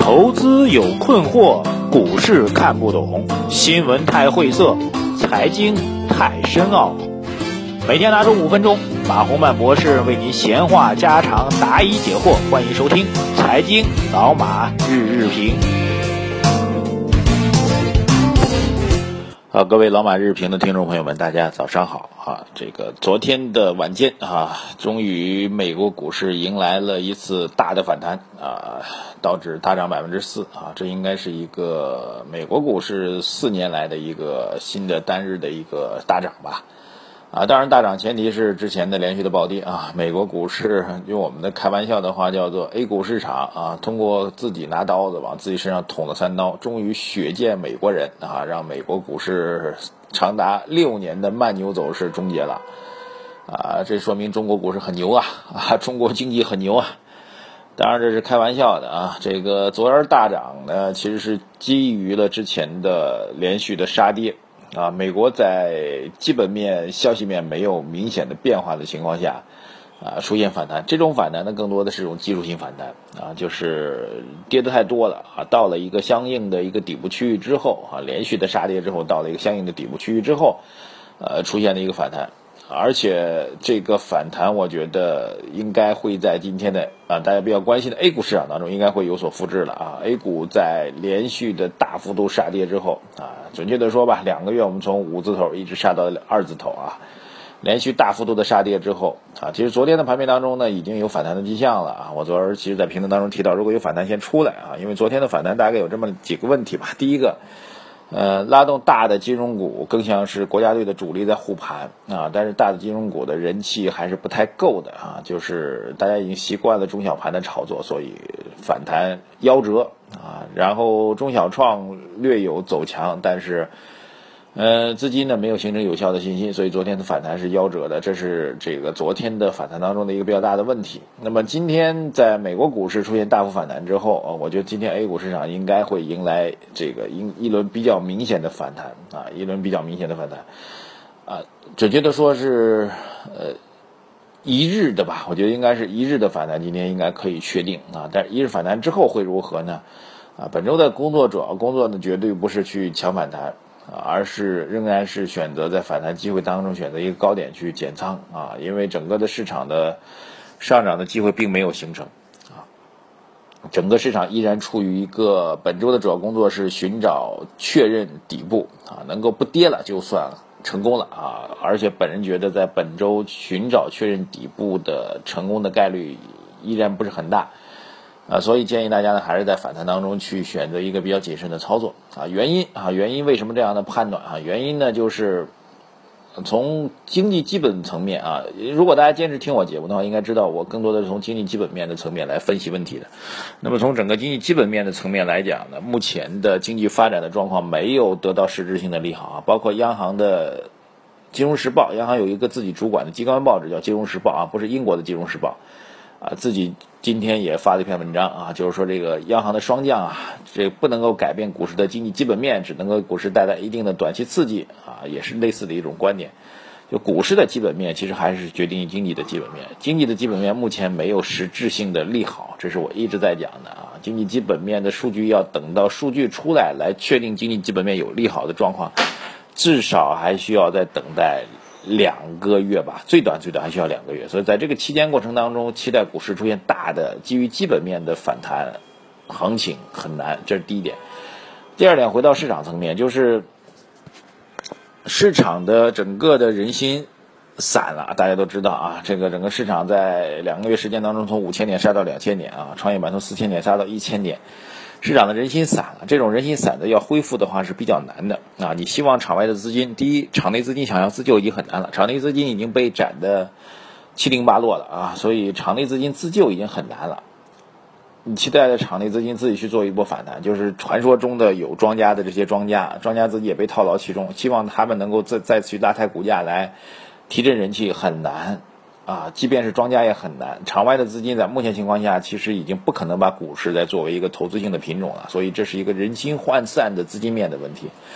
投资有困惑，股市看不懂，新闻太晦涩，财经太深奥。每天拿出5分钟，马洪曼博士为您闲话家常，答疑解惑。欢迎收听财经老马日日评。好，各位老马日评的听众朋友们，大家早上好啊！这个昨天的晚间啊，终于美国股市迎来了一次大的反弹啊，道指大涨4%啊，这应该是一个美国股市4年来的一个新的单日的一个大涨吧。啊，当然大涨前提是之前的连续的暴跌啊。美国股市用我们的开玩笑的话叫做 A 股市场啊，通过自己拿刀子往自己身上捅了3刀，终于血溅美国人啊，让美国股市长达6年的慢牛走势终结了啊。这说明中国股市很牛啊，中国经济很牛啊。当然这是开玩笑的啊，这个昨儿大涨呢，其实是基于了之前的连续的杀跌。啊，美国在基本面、消息面没有明显的变化的情况下，出现反弹。这种反弹呢，更多的是一种技术性反弹啊，就是跌得太多了啊，到了一个相应的一个底部区域之后啊，连续的杀跌之后，到了一个相应的底部区域之后，出现了一个反弹。而且这个反弹，我觉得应该会在今天的大家比较关心的 A 股市场当中，应该会有所复制了啊。A 股在连续的大幅度杀跌之后啊，准确的说吧，2个月我们从5字头一直杀到2字头啊，连续大幅度的杀跌之后啊，其实昨天的盘面当中呢，已经有反弹的迹象了啊。我昨儿其实在评论当中提到，如果有反弹先出来啊，因为昨天的反弹大概有这么几个问题吧。第一个，拉动大的金融股更像是国家队的主力在护盘啊，但是大的金融股的人气还是不太够的啊，就是大家已经习惯了中小盘的炒作，所以反弹夭折啊。然后中小创略有走强，但是资金呢没有形成有效的信心，所以昨天的反弹是夭折的，这是这个昨天的反弹当中的一个比较大的问题。那么今天在美国股市出现大幅反弹之后我觉得今天 A 股市场应该会迎来这个一轮比较明显的反弹啊，一轮比较明显的反弹啊，准确的说是一日的吧，我觉得应该是一日的反弹，今天应该可以确定啊。但是一日反弹之后会如何呢？啊，本周的主要工作呢，绝对不是去抢反弹。而是仍然是选择在反弹机会当中选择一个高点去减仓啊，因为整个的市场的上涨的机会并没有形成啊，整个市场依然处于一个本周的主要工作是寻找确认底部啊，能够不跌了就算成功了啊，而且本人觉得在本周寻找确认底部的成功的概率依然不是很大。所以建议大家呢，还是在反弹当中去选择一个比较谨慎的操作啊。原因为什么这样的判断啊？原因呢，就是从经济基本层面啊，如果大家坚持听我节目的话，应该知道我更多的是从经济基本面的层面来分析问题的。那么从整个经济基本面的层面来讲呢，目前的经济发展的状况没有得到实质性的利好啊，包括央行的《金融时报》，央行有一个自己主管的机关报纸叫《金融时报》啊，不是英国的《金融时报》啊，自己今天也发了一篇文章啊，就是说这个央行的双降啊，这不能够改变股市的经济基本面，只能够股市带来一定的短期刺激啊，也是类似的一种观点。就股市的基本面其实还是决定经济的基本面，经济的基本面目前没有实质性的利好，这是我一直在讲的啊。经济基本面的数据要等到数据出来确定经济基本面有利好的状况，至少还需要再等待2个月吧，最短还需要2个月，所以在这个期间过程当中，期待股市出现大的基于基本面的反弹行情很难，这是第一点。第二点，回到市场层面，就是市场的整个的人心散了，大家都知道啊，这个整个市场在2个月时间当中，从5000点杀到2000点啊，创业板从4000点杀到1000点。市场的人心散了，这种人心散的要恢复的话是比较难的啊！你希望场外的资金，第一，场内资金想要自救已经很难了，场内资金已经被斩得七零八落了啊，所以场内资金自救已经很难了。你期待着场内资金自己去做一波反弹，就是传说中的有庄家的这些庄家自己也被套牢其中，希望他们能够再去拉抬股价来提振人气很难。啊，即便是庄家也很难，场外的资金在目前情况下其实已经不可能把股市再作为一个投资性的品种了，所以这是一个人心涣散的资金面的问题。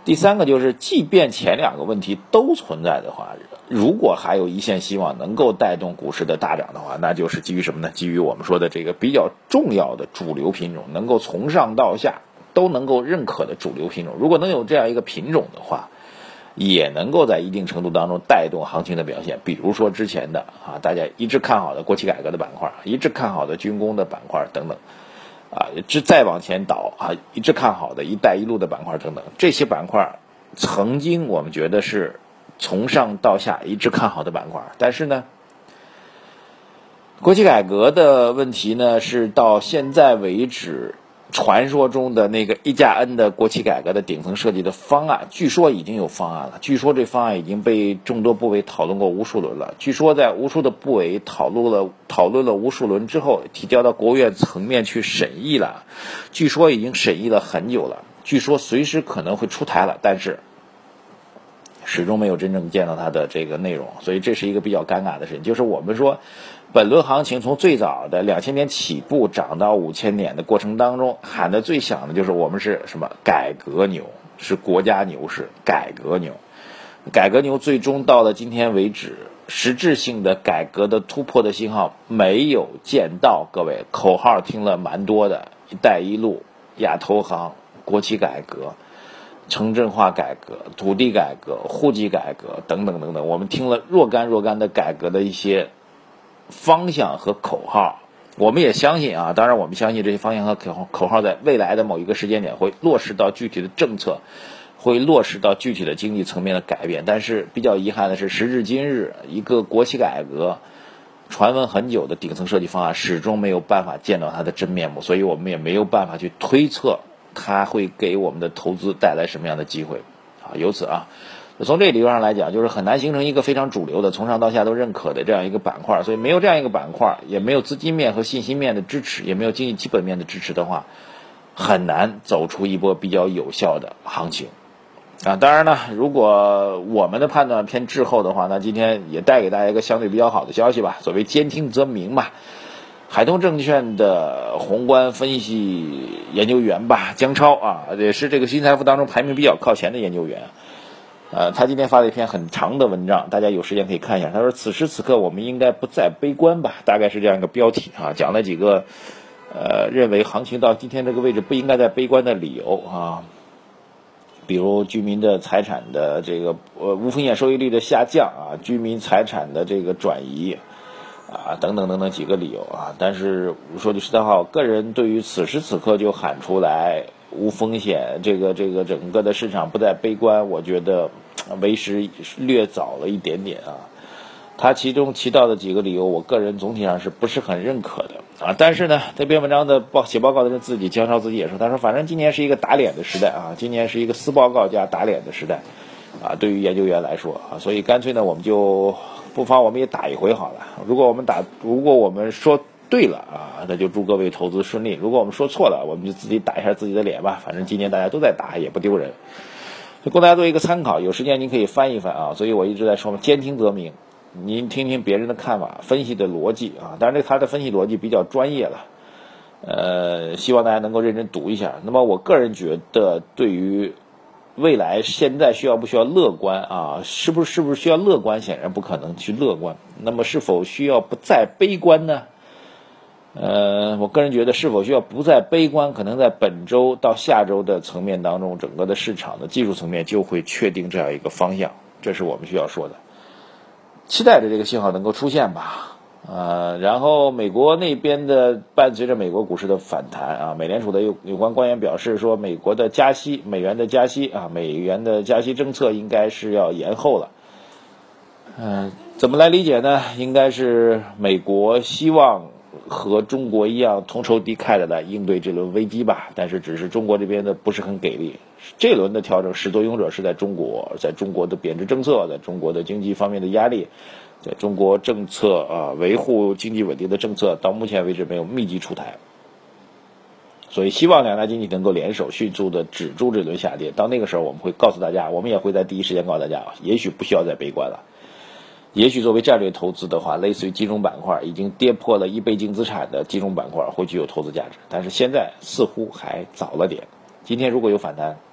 第三个就是，即便前两个问题都存在的话，如果还有一线希望能够带动股市的大涨的话，那就是基于什么呢？基于我们说的这个比较重要的主流品种，能够从上到下都能够认可的主流品种。如果能有这样一个品种的话，也能够在一定程度当中带动行情的表现。比如说之前的大家一直看好的国企改革的板块，一直看好的军工的板块等等。再往前倒一直看好的一带一路的板块等等，这些板块曾经我们觉得是从上到下一直看好的板块，但是呢，国企改革的问题呢，是到现在为止，传说中的那个1+N 的国企改革的顶层设计的方案，据说已经有方案了，据说这方案已经被众多部委讨论过无数轮了，据说在无数的部委讨论了无数轮之后，提交到国务院层面去审议了，据说已经审议了很久了，据说随时可能会出台了，但是始终没有真正见到它的这个内容，所以这是一个比较尴尬的事情。就是我们说本轮行情从最早的2000点起步涨到5000点的过程当中，喊得最响的就是我们是什么改革牛，是国家牛市，改革牛。改革牛最终到了今天为止，实质性的改革的突破的信号没有见到。各位口号听了蛮多的，一带一路、亚投行、国企改革、城镇化改革、土地改革、户籍改革等等等等，我们听了若干的改革的一些方向和口号，我们也相信当然我们相信这些方向和口号在未来的某一个时间点会落实到具体的政策，会落实到具体的经济层面的改变。但是比较遗憾的是，时至今日，一个国企改革传闻很久的顶层设计方案始终没有办法见到它的真面目，所以我们也没有办法去推测它会给我们的投资带来什么样的机会由此从这个理由上来讲，就是很难形成一个非常主流的从上到下都认可的这样一个板块，所以没有这样一个板块，也没有资金面和信息面的支持，也没有经济基本面的支持的话，很难走出一波比较有效的行情当然呢，如果我们的判断偏滞后的话，那今天也带给大家一个相对比较好的消息吧，所谓兼听则明吧。海通证券的宏观分析研究员吧，姜超也是这个新财富当中排名比较靠前的研究员。他今天发了一篇很长的文章，大家有时间可以看一下。他说：“此时此刻，我们应该不再悲观吧？”大概是这样一个标题讲了几个认为行情到今天这个位置不应该再悲观的理由比如居民的财产的这个无风险收益率的下降居民财产的这个转移等等等等几个理由但是说句实在话，我个人对于此时此刻就喊出来无风险，这个整个的市场不再悲观，我觉得为时略早了一点点他其中提到的几个理由，我个人总体上是不是很认可的但是呢，这篇文章的写报告的人姜超自己也说，他说反正今年是一个打脸的时代今年是一个撕报告加打脸的时代对于研究员来说所以干脆呢，我们就不妨我们也打一回好了。如果我们说对了那就祝各位投资顺利；如果我们说错了，我们就自己打一下自己的脸吧。反正今年大家都在打，也不丢人，供大家做一个参考。有时间您可以翻一翻所以我一直在说兼听则明，您听听别人的看法、分析的逻辑当然他的分析逻辑比较专业了，希望大家能够认真读一下。那么我个人觉得，对于未来现在需要不需要乐观是不是需要乐观？显然不可能去乐观。那么是否需要不再悲观呢？我个人觉得是否需要不再悲观，可能在本周到下周的层面当中，整个的市场的技术层面就会确定这样一个方向，这是我们需要说的。期待着这个信号能够出现吧。然后美国那边的伴随着美国股市的反弹美联储的有关官员表示说，美国的加息，美元的加息美元的加息政策应该是要延后了。怎么来理解呢？应该是美国希望和中国一样同仇敌忾的来应对这轮危机吧，但是只是中国这边的不是很给力。这轮的调整始作俑者是在中国，在中国的贬值政策，在中国的经济方面的压力，在中国政策维护经济稳定的政策到目前为止没有密集出台，所以希望两大经济能够联手迅速的止住这轮下跌。到那个时候我们会告诉大家，我们也会在第一时间告诉大家也许不需要再悲观了，也许作为战略投资的话，类似于金融板块已经跌破了1倍净资产的金融板块会具有投资价值，但是现在似乎还早了点。今天如果有反弹，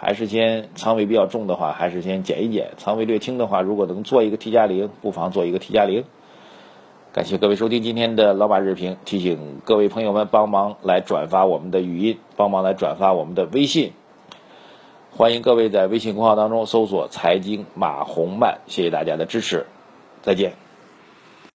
还是先仓位比较重的话，还是先减一减；仓位略轻的话，如果能做一个 T+0，不妨做一个 T+0。感谢各位收听今天的老马日评，提醒各位朋友们帮忙来转发我们的语音，帮忙来转发我们的微信。欢迎各位在微信公号当中搜索财经马红漫，谢谢大家的支持，再见。